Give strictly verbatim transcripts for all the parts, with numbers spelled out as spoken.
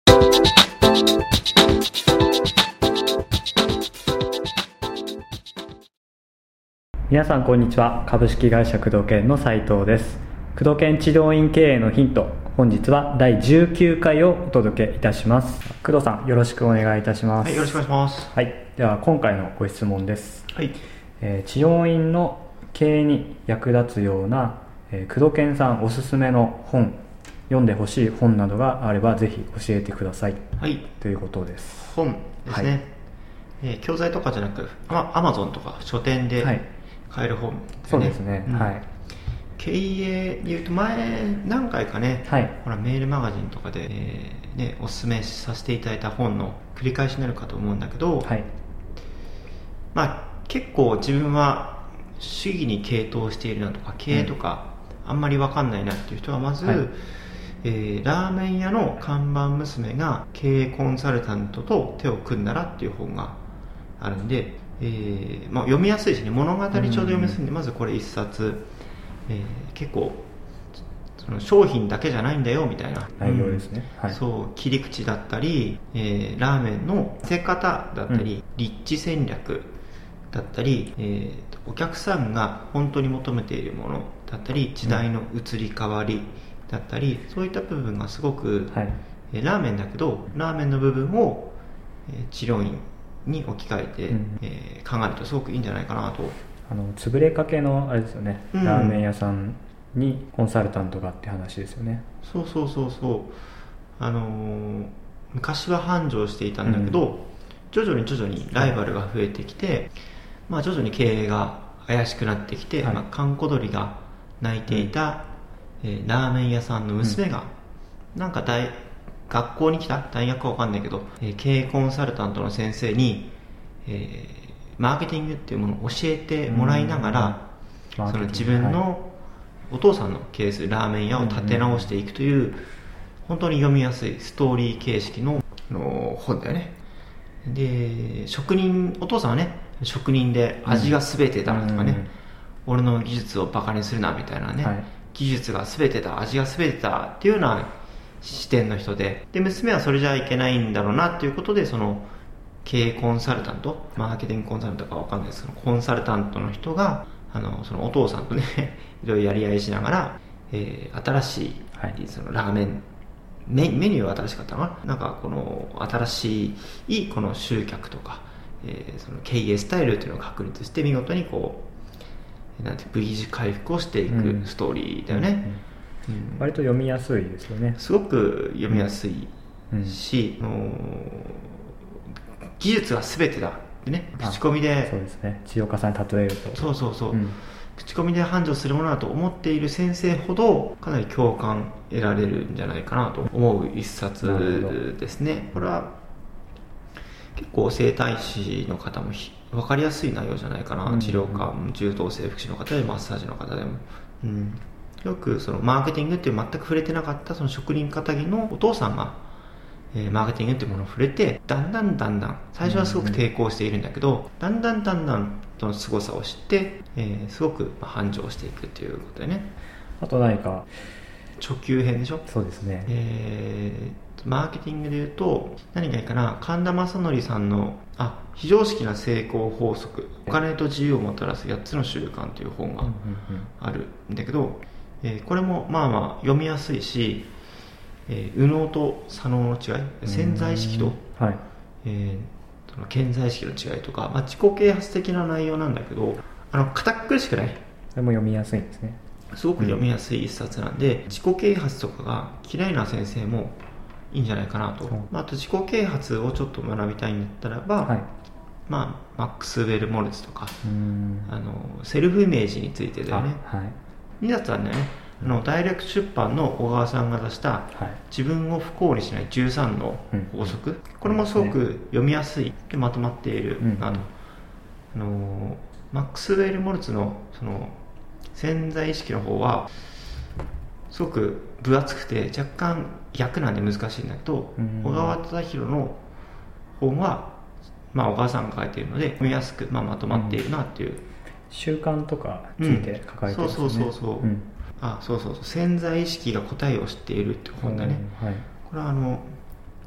皆さんこんにちは。株式会社工藤研の斉藤です。工藤研治療院経営のヒント、本日はだいじゅうきゅうかいをお届けいたします。工藤さん、よろしくお願いいたします。 はい、よろしくお願いします。 はい、では今回のご質問です。 はい、 えー、治療院の経営に役立つような、えー、工藤研さんおすすめの本、読んでほしい本などがあればぜひ教えてください。 はい、 ということです。 本ですね。はい、えー、教材とかじゃなく、アマゾンとか書店で買える本ですね。 そうですね。 うん、 はい。 経営でいうと前何回かね、はい、ほらメールマガジンとかで、えーね、おすすめさせていただいた本の繰り返しになるかと思うんだけど、はい、まあ結構自分は主義に傾倒しているなとか経営とかあんまり分かんないなっていう人はまず、はい、えー、ラーメン屋の看板娘が経営コンサルタントと手を組んだらっていう本があるんで、えーまあ、読みやすいしね、物語帳で読みやすいんで、まずこれ一冊、えー、結構その商品だけじゃないんだよみたいな内容ですね、 うん、はい、そう切り口だったり、えー、ラーメンの見せ方だったり、うん、立地戦略だったり、えー、お客さんが本当に求めているものだったり、時代の移り変わりだったり、うん、そういった部分がすごく、はい、えー、ラーメンだけどラーメンの部分を、えー、治療院に置き換えて、うん、えー、考えるとすごくいいんじゃないかなと。 あの潰れかけのあれですよね、うん、ラーメン屋さんにコンサルタントがって話ですよね。 そうそうそうそう、あのー、昔は繁盛していたんだけど、うん、徐々に徐々にライバルが増えてきて、はい、まあ、徐々に経営が怪しくなってきて、はい、まあ、閑古鳥が泣いていた、うん、えー、ラーメン屋さんの娘が、うん、なんか大学校に来た大学か分かんないけど、えー、経営コンサルタントの先生に、えー、マーケティングっていうものを教えてもらいながら、うん、その自分のお父さんの経営するラーメン屋を立て直していくという、うんうん、本当に読みやすいストーリー形式 の, の本だよね。で、職人、お父さんはね、職人で味が全てだとかね、うん、俺の技術をバカにするなみたいなね、はい、技術が全てだ、味が全てだっていうような視点の人で、で娘はそれじゃいけないんだろうなっていうことで、その経営コンサルタント、マーケティングコンサルタントか分かんないですけど、コンサルタントの人があのそのお父さんとねいろいろやり合いしながら、えー、新しい、はい、そのラーメンメ, メニューは新しかったのかな、なんかこの新しいこの集客とか、えー、その経営スタイルっていうのを確立して見事にこうなんて V 字回復をしていくストーリーだよね、うんうんうん、割と読みやすいですよね。 すごく読みやすいし、うん、技術は全てだってね、口コミで、 そうですね、千代さんに例えると、 そうそうそう、うん、口コミで繁盛するものだと思っている先生ほどかなり共感得られるんじゃないかなと思う一冊ですね。これは結構整体師の方も分かりやすい内容じゃないかな、うん、治療科、柔道整復師の方でマッサージの方でも、うん、よくそのマーケティングっていう全く触れてなかったその職人かたぎのお父さんが、えー、マーケティングっていうものを触れて、だんだんだんだん最初はすごく抵抗しているんだけど、うん、だんだんだんだんその凄さを知って、えー、すごく繁盛していくっていうことでね。 あと何か初級編でしょ。 そうですね、 えーマーケティングでいうと何がいいかな、神田正則さんのあ非常識な成功法則、お金と自由をもたらすやっつの習慣という本があるんだけど、えー、これもまあまあ読みやすいし、えー、右脳と左脳の違い、潜在意識と、はい、えー、その潜在意識の違いとか、まあ、自己啓発的な内容なんだけど、あの堅苦しくない、 でも読みやすいんですね。 すごく読みやすい一冊なんで、うん、自己啓発とかが嫌いな先生もいいんじゃないかなと、まあ、あと自己啓発をちょっと学びたいんだったらば、はい、まあ、マックス・ウェルモルツとか、あのセルフイメージについてだよね、はい、にさつあるんだよね。あの大略出版の小川さんが出した、はい、自分を不幸にしないじゅうさんの法則、うん、これもすごく読みやすいでまとまっている、うん、あのあのマックス・ウェルモルツのその潜在意識の方はすごく分厚くて若干逆なんで難しいんだけど、うん、小川忠宏の本は、まあ、小川さんが書いているので読みやすく、まあ、まとまっているなっていう、うん、 習慣とかついて書かれてるんですね、 うん、そうそうそうそう、うん、あそうそうそう、潜在意識が答えを知っているって本だね、うん、はい、これはあの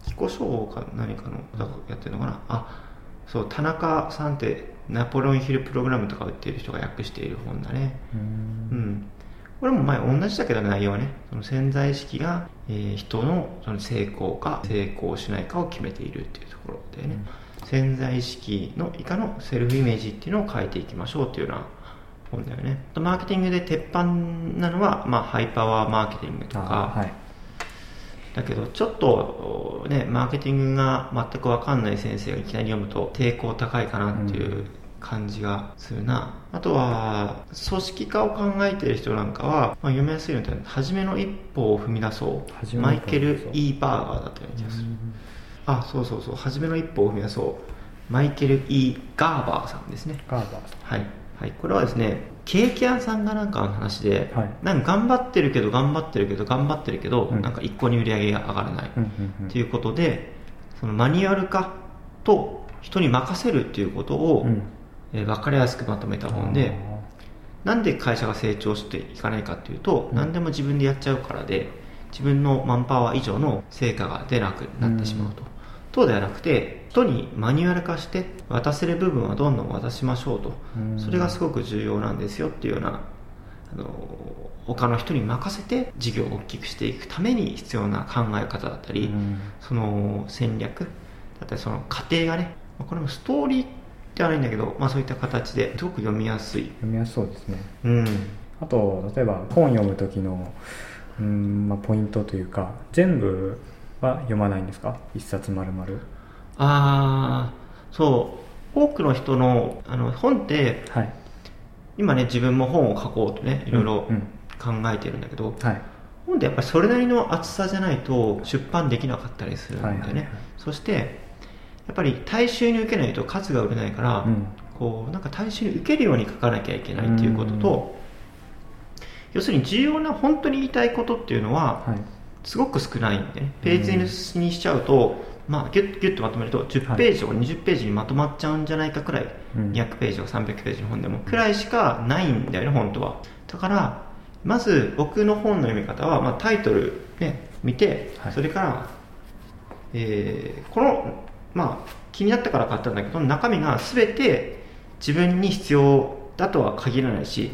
彦章か何かのやってるのかな。あ、そう、田中さんってナポレオンヒルプログラムとか売っている人が訳している本だね。うん、うん、これも前同じだけど内容はね、その潜在意識が、えー、人のその成功か成功しないかを決めているっていうところでね、うん、潜在意識の以下のセルフイメージっていうのを変えていきましょうっていうような本だよね。マーケティングで鉄板なのは、まあ、ハイパワーマーケティングとか、はい、だけどちょっとねマーケティングが全く分かんない先生がいきなり読むと抵抗高いかなっていう感じがするな、うん、あとは組織化を考えている人なんかは、まあ、読みやすいので初めの一歩を踏み出そうマイケル・イー・バーガーだったような気がする、うん、あ、そうそうそう、初めの一歩を踏み出そうマイケル・イー・ガーバーさんですね。 ガーバーさん、 はいはい、これはですね、ケーキ屋さんがなんかの話で、はい、なんか頑張ってるけど頑張ってるけど頑張ってるけど、うん、なんか一向に売り上げが上がらないということで、そのマニュアル化と人に任せるっていうことを、うん、えー、分かりやすくまとめた本で、なんで会社が成長していかないかっていうと、うん、何でも自分でやっちゃうからで自分のマンパワー以上の成果が出なくなってしまうと、うん、そうではなくて人にマニュアル化して渡せる部分はどんどん渡しましょうと、それがすごく重要なんですよっていうような、あの他の人に任せて事業を大きくしていくために必要な考え方だったり、その戦略だったりその過程がね、これもストーリーではないんだけど、まあ、そういった形ですごく読みやすい読みやすそうですね、うん、あと例えば本読む時のうん、まあ、ポイントというか全部は読まないんですか、一冊丸々。 ああ、そう多くの人の、あの本って、はい、今ね自分も本を書こうとねいろいろ考えてるんだけど、うんうん、はい、本ってやっぱりそれなりの厚さじゃないと出版できなかったりするんだよね、はいはいはい、そしてやっぱり大衆に受けないと数が売れないから、うん、こうなんか大衆に受けるように書かなきゃいけないっていうことと、要するに重要な本当に言いたいことっていうのは、はい、すごく少ないんでね、ページにしちゃうと、まあ、ギュッギュッとまとめるとじゅっページとかにじゅっページにまとまっちゃうんじゃないかくらい、はい、にひゃくページとかさんびゃくページの本でもくらいしかないんだよね本当は。だからまず僕の本の読み方は、まあ、タイトル、ね、見て、はい、それから、えー、このまあ、気になったから買ったんだけど中身が全て自分に必要だとは限らないし、うん、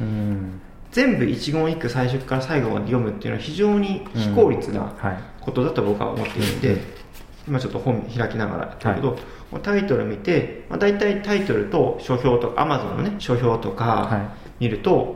全部一言一句最初から最後まで読むっていうのは非常に非効率なことだと僕は思っているので、うん、はい、今ちょっと本開きながらやってるけど、はい、タイトル見て、まあ、大体タイトルと書評とか Amazon のね書評とか見ると、はい、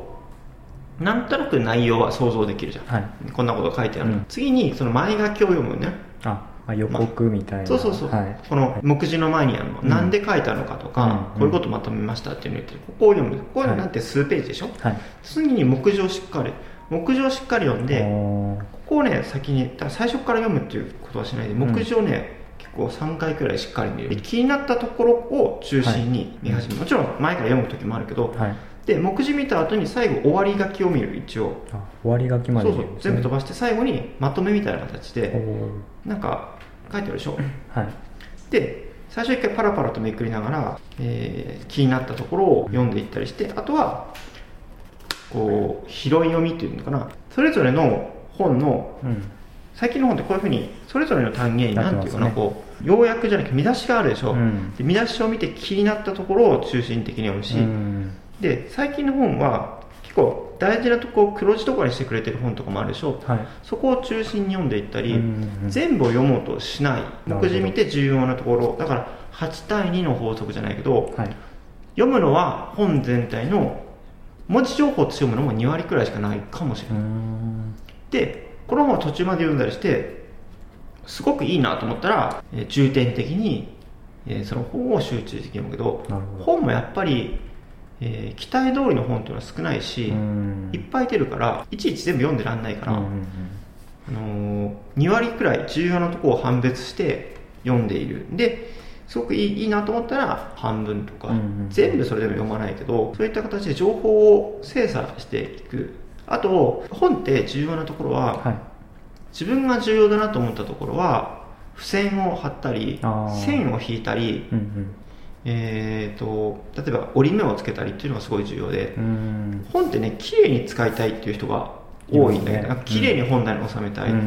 なんとなく内容は想像できるじゃん、はい、こんなこと書いてある、うん、次にその前書きを読むね。 あまあ、予告みたいな、 まあ、そうそうそう、はい、この目次の前にあるの、はい、なんで書いたのかとか、うん、こういうことまとめましたっていうのを言ってる、ここを読む、ここなんて数ページでしょ、はい、次に目次をしっかり目次をしっかり読んで、ここをね先に最初から読むっていうことはしないで目次をね、うん、結構さんかいくらいしっかり見る、気になったところを中心に見始める、はい、もちろん前から読む時もあるけど、はい、で目次見た後に最後終わり書きを見る、一応あ終わり書きまで見る、 そうそう全部飛ばして最後にまとめみたいな形でなんか書いてあるでしょ、はい、で最初一回パラパラとめくりながら、えー、気になったところを読んでいったりして、あとはこう拾い読みっていうのかな、それぞれの本の、うん、最近の本ってこういうふうにそれぞれの単元に何ていうかな、ね、こう要約じゃなくて見出しがあるでしょ、うん、で見出しを見て気になったところを中心的に読むし、うん、で最近の本は結構大事なところを黒字とかにしてくれてる本とかもあるでしょ、はい、そこを中心に読んでいったり、うんうん、全部を読もうとしない、目次見て重要なところだからはちたいにの法則じゃないけど、はい、読むのは本全体の文字情報として読むのもにわりくらいしかないかもしれない。でこの本を途中まで読んだりしてすごくいいなと思ったら、えー、重点的に、えー、その本を集中的に読むけど、本もやっぱりえー、期待通りの本っていうのは少ないし、いっぱい出るからいちいち全部読んでらんないから、うんうんうん、あのー、にわりくらい重要なところを判別して読んでいる。ですごくいい、いいなと思ったら半分とか、うんうん、全部それでも読まないけどそういった形で情報を精査していく。あと本って重要なところは、はい、自分が重要だなと思ったところは付箋を貼ったり線を引いたり、うんうん、えー、と例えば折り目をつけたりっていうのがすごい重要で、うん、本ってね綺麗に使いたいっていう人が多いんだけど、ね、綺麗に本棚に収めたい、うん、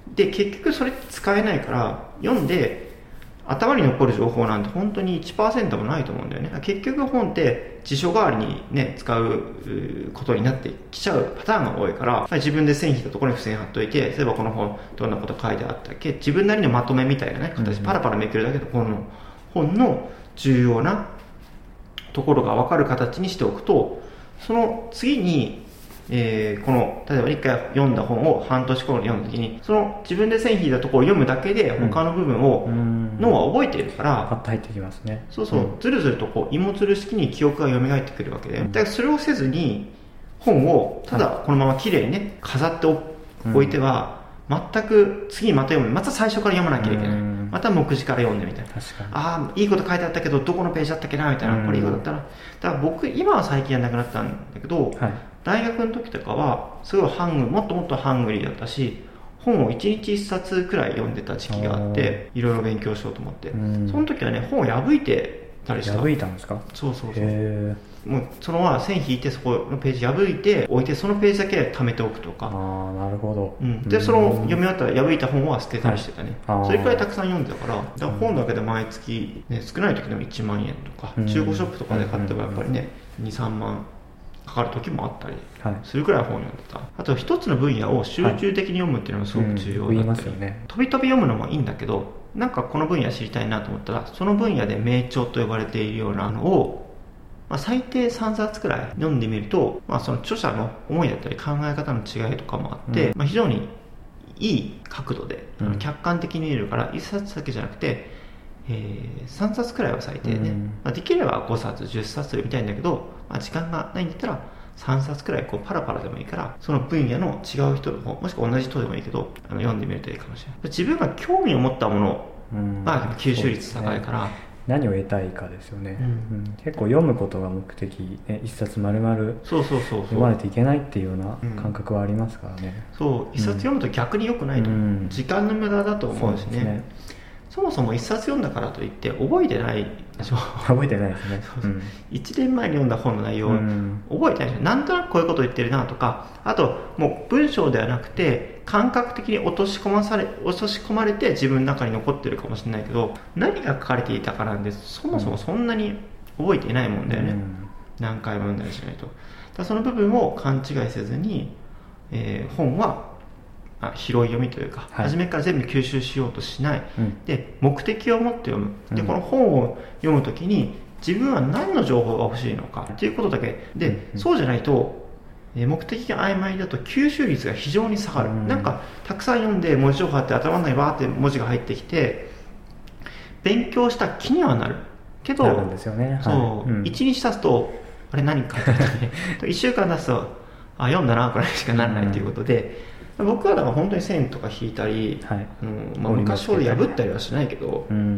で結局それって使えないから読んで頭に残る情報なんて本当に いちパーセント もないと思うんだよね。結局本って辞書代わりにね使うことになってきちゃうパターンが多いから、自分で線引いたところに付箋貼っといて、例えばこの本どんなこと書いてあったっけ、自分なりのまとめみたいなね形、パラパラめくるだけでこの本の重要なところが分かる形にしておくと、その次にえー、この例えば一回読んだ本を半年後に読んだ時に、その自分で線引いたところを読むだけで他の部分を脳は覚えているから、 パッと入ってきますね。 そうそう、ずるずるとこう芋づる式に記憶が蘇ってくるわけで、だからそれをせずに本をただこのままきれいにね飾っておいては、全く次また読む、また最初から読まなきゃいけない、また目次から読んでみたいな、ああいいこと書いてあったけどどこのページだったっけなみたいな、これいいことだったな。だから僕今は最近やんなくなったんだけど、はい、大学の時とかはすごいハングもっともっとハングリーだったし、本をいちにちいっさつくらい読んでた時期があって、いろいろ勉強しようと思って、その時はね本を破いてたりした。 破いたんですか？ そうそうそう。もうそのまま線引いてそこのページ破いて置いて、そのページだけ貯めておくとか。 ああ、なるほど。 うん、でその読み終わったら破いた本は捨てたりしてたね、はい、それくらいたくさん読んでたから、だから本だけで毎月、ね、少ない時でもいちまんえんとか、中古ショップとかで買ってもやっぱりねにさんまんかかる時もあったりするくらい本を読んでた、はい、あと一つの分野を集中的に読むっていうのがすごく重要だったり、はい、うん、言いますよね。飛び飛び読むのもいいんだけど、なんかこの分野知りたいなと思ったら、その分野で名著と呼ばれているようなのを、まあ、最低さんさつくらい読んでみると、まあ、その著者の思いだったり考え方の違いとかもあって、うん、まあ、非常にいい角度で、うん、客観的に見れるから、いっさつだけじゃなくて、えー、さんさつくらいは最低で、うん、まあ、できればごさつじゅっさつ読みたいんだけど、まあ、時間がないんだったらさんさつくらいこうパラパラでもいいから、その分野の違う人の本、もしくは同じ人でもいいけどあの読んでみるといいかもしれない。自分が興味を持ったものは吸収率高いから、 何を得たいかですよね、うんうん、結構読むことが目的、ね、一冊丸々読まないといけないっていうような感覚はありますからね。 そう、一冊読むと逆に良くないと思う、うん、時間の無駄だと思うし ね, そうですね。そもそも一冊読んだからといって覚えてないでしょ。 覚えてないですね。 そうそう、うん、いちねんまえに読んだ本の内容を覚えてないでしょ。なんとなくこういうこと言ってるなとか、あともう文章ではなくて感覚的に落とし込まされ落とし込まれて自分の中に残ってるかもしれないけど、何が書かれていたかなんでそもそもそんなに覚えていないもんだよね、うん、何回も読んだりしないと。だその部分を勘違いせずに、えー、本はあ広い読みというか、はい、初めから全部吸収しようとしない、うん、で目的を持って読む、で、うん、この本を読むときに自分は何の情報が欲しいのかっていうことだけで、うんうん、そうじゃないと目的が曖昧だと吸収率が非常に下がる、うん、なんかたくさん読んで文字情報あって頭の中にバーって文字が入ってきて勉強した気にはなるけど、なるんですよね、そう、はい、うん、いちにち経つとあれ何書いてあったねいっしゅうかん経つとあ読んだなくらいしかならないということで、うん、僕はだから本当に線とか引いたり、はい、うん、まあ、昔ほど破ったりはしないけど、うんうん、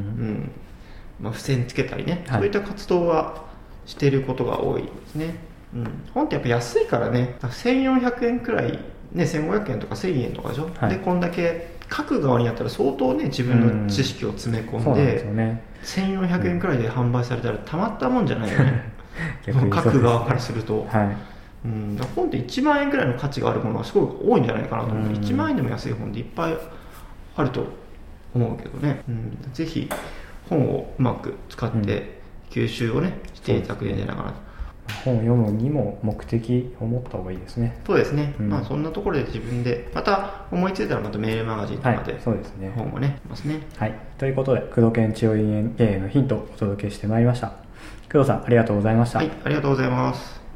まあ、付箋つけたりね、はい、そういった活動はしていることが多いですね、うん、本ってやっぱ安いからね、せんよんひゃくえんくらい、ね、せんごひゃくえんとかせんえんとかでしょ、はい、でこんだけ書く側にやったら相当ね自分の知識を詰め込ん で,、うん、でね、せんよんひゃくえんくらいで販売されたらたまったもんじゃないよね書く側からすると、はい、うん、だから本っていちまんえんくらいの価値があるものはすごく多いんじゃないかなと思う、うん、いちまんえんでも安い本でいっぱいあると思うけどね、うん、ぜひ本をうまく使って吸収をね、うん、していただくんじゃないかなと。 本を読むにも目的を持った方がいいですね。 そうですね、うん、まあそんなところで自分でまた思いついたらまたメールマガジンとかで、はい、そうですね、本をねますね。 はい、ということで工藤研治療院経営のヒントをお届けしてまいりました。工藤さんありがとうございました。 はい、ありがとうございます。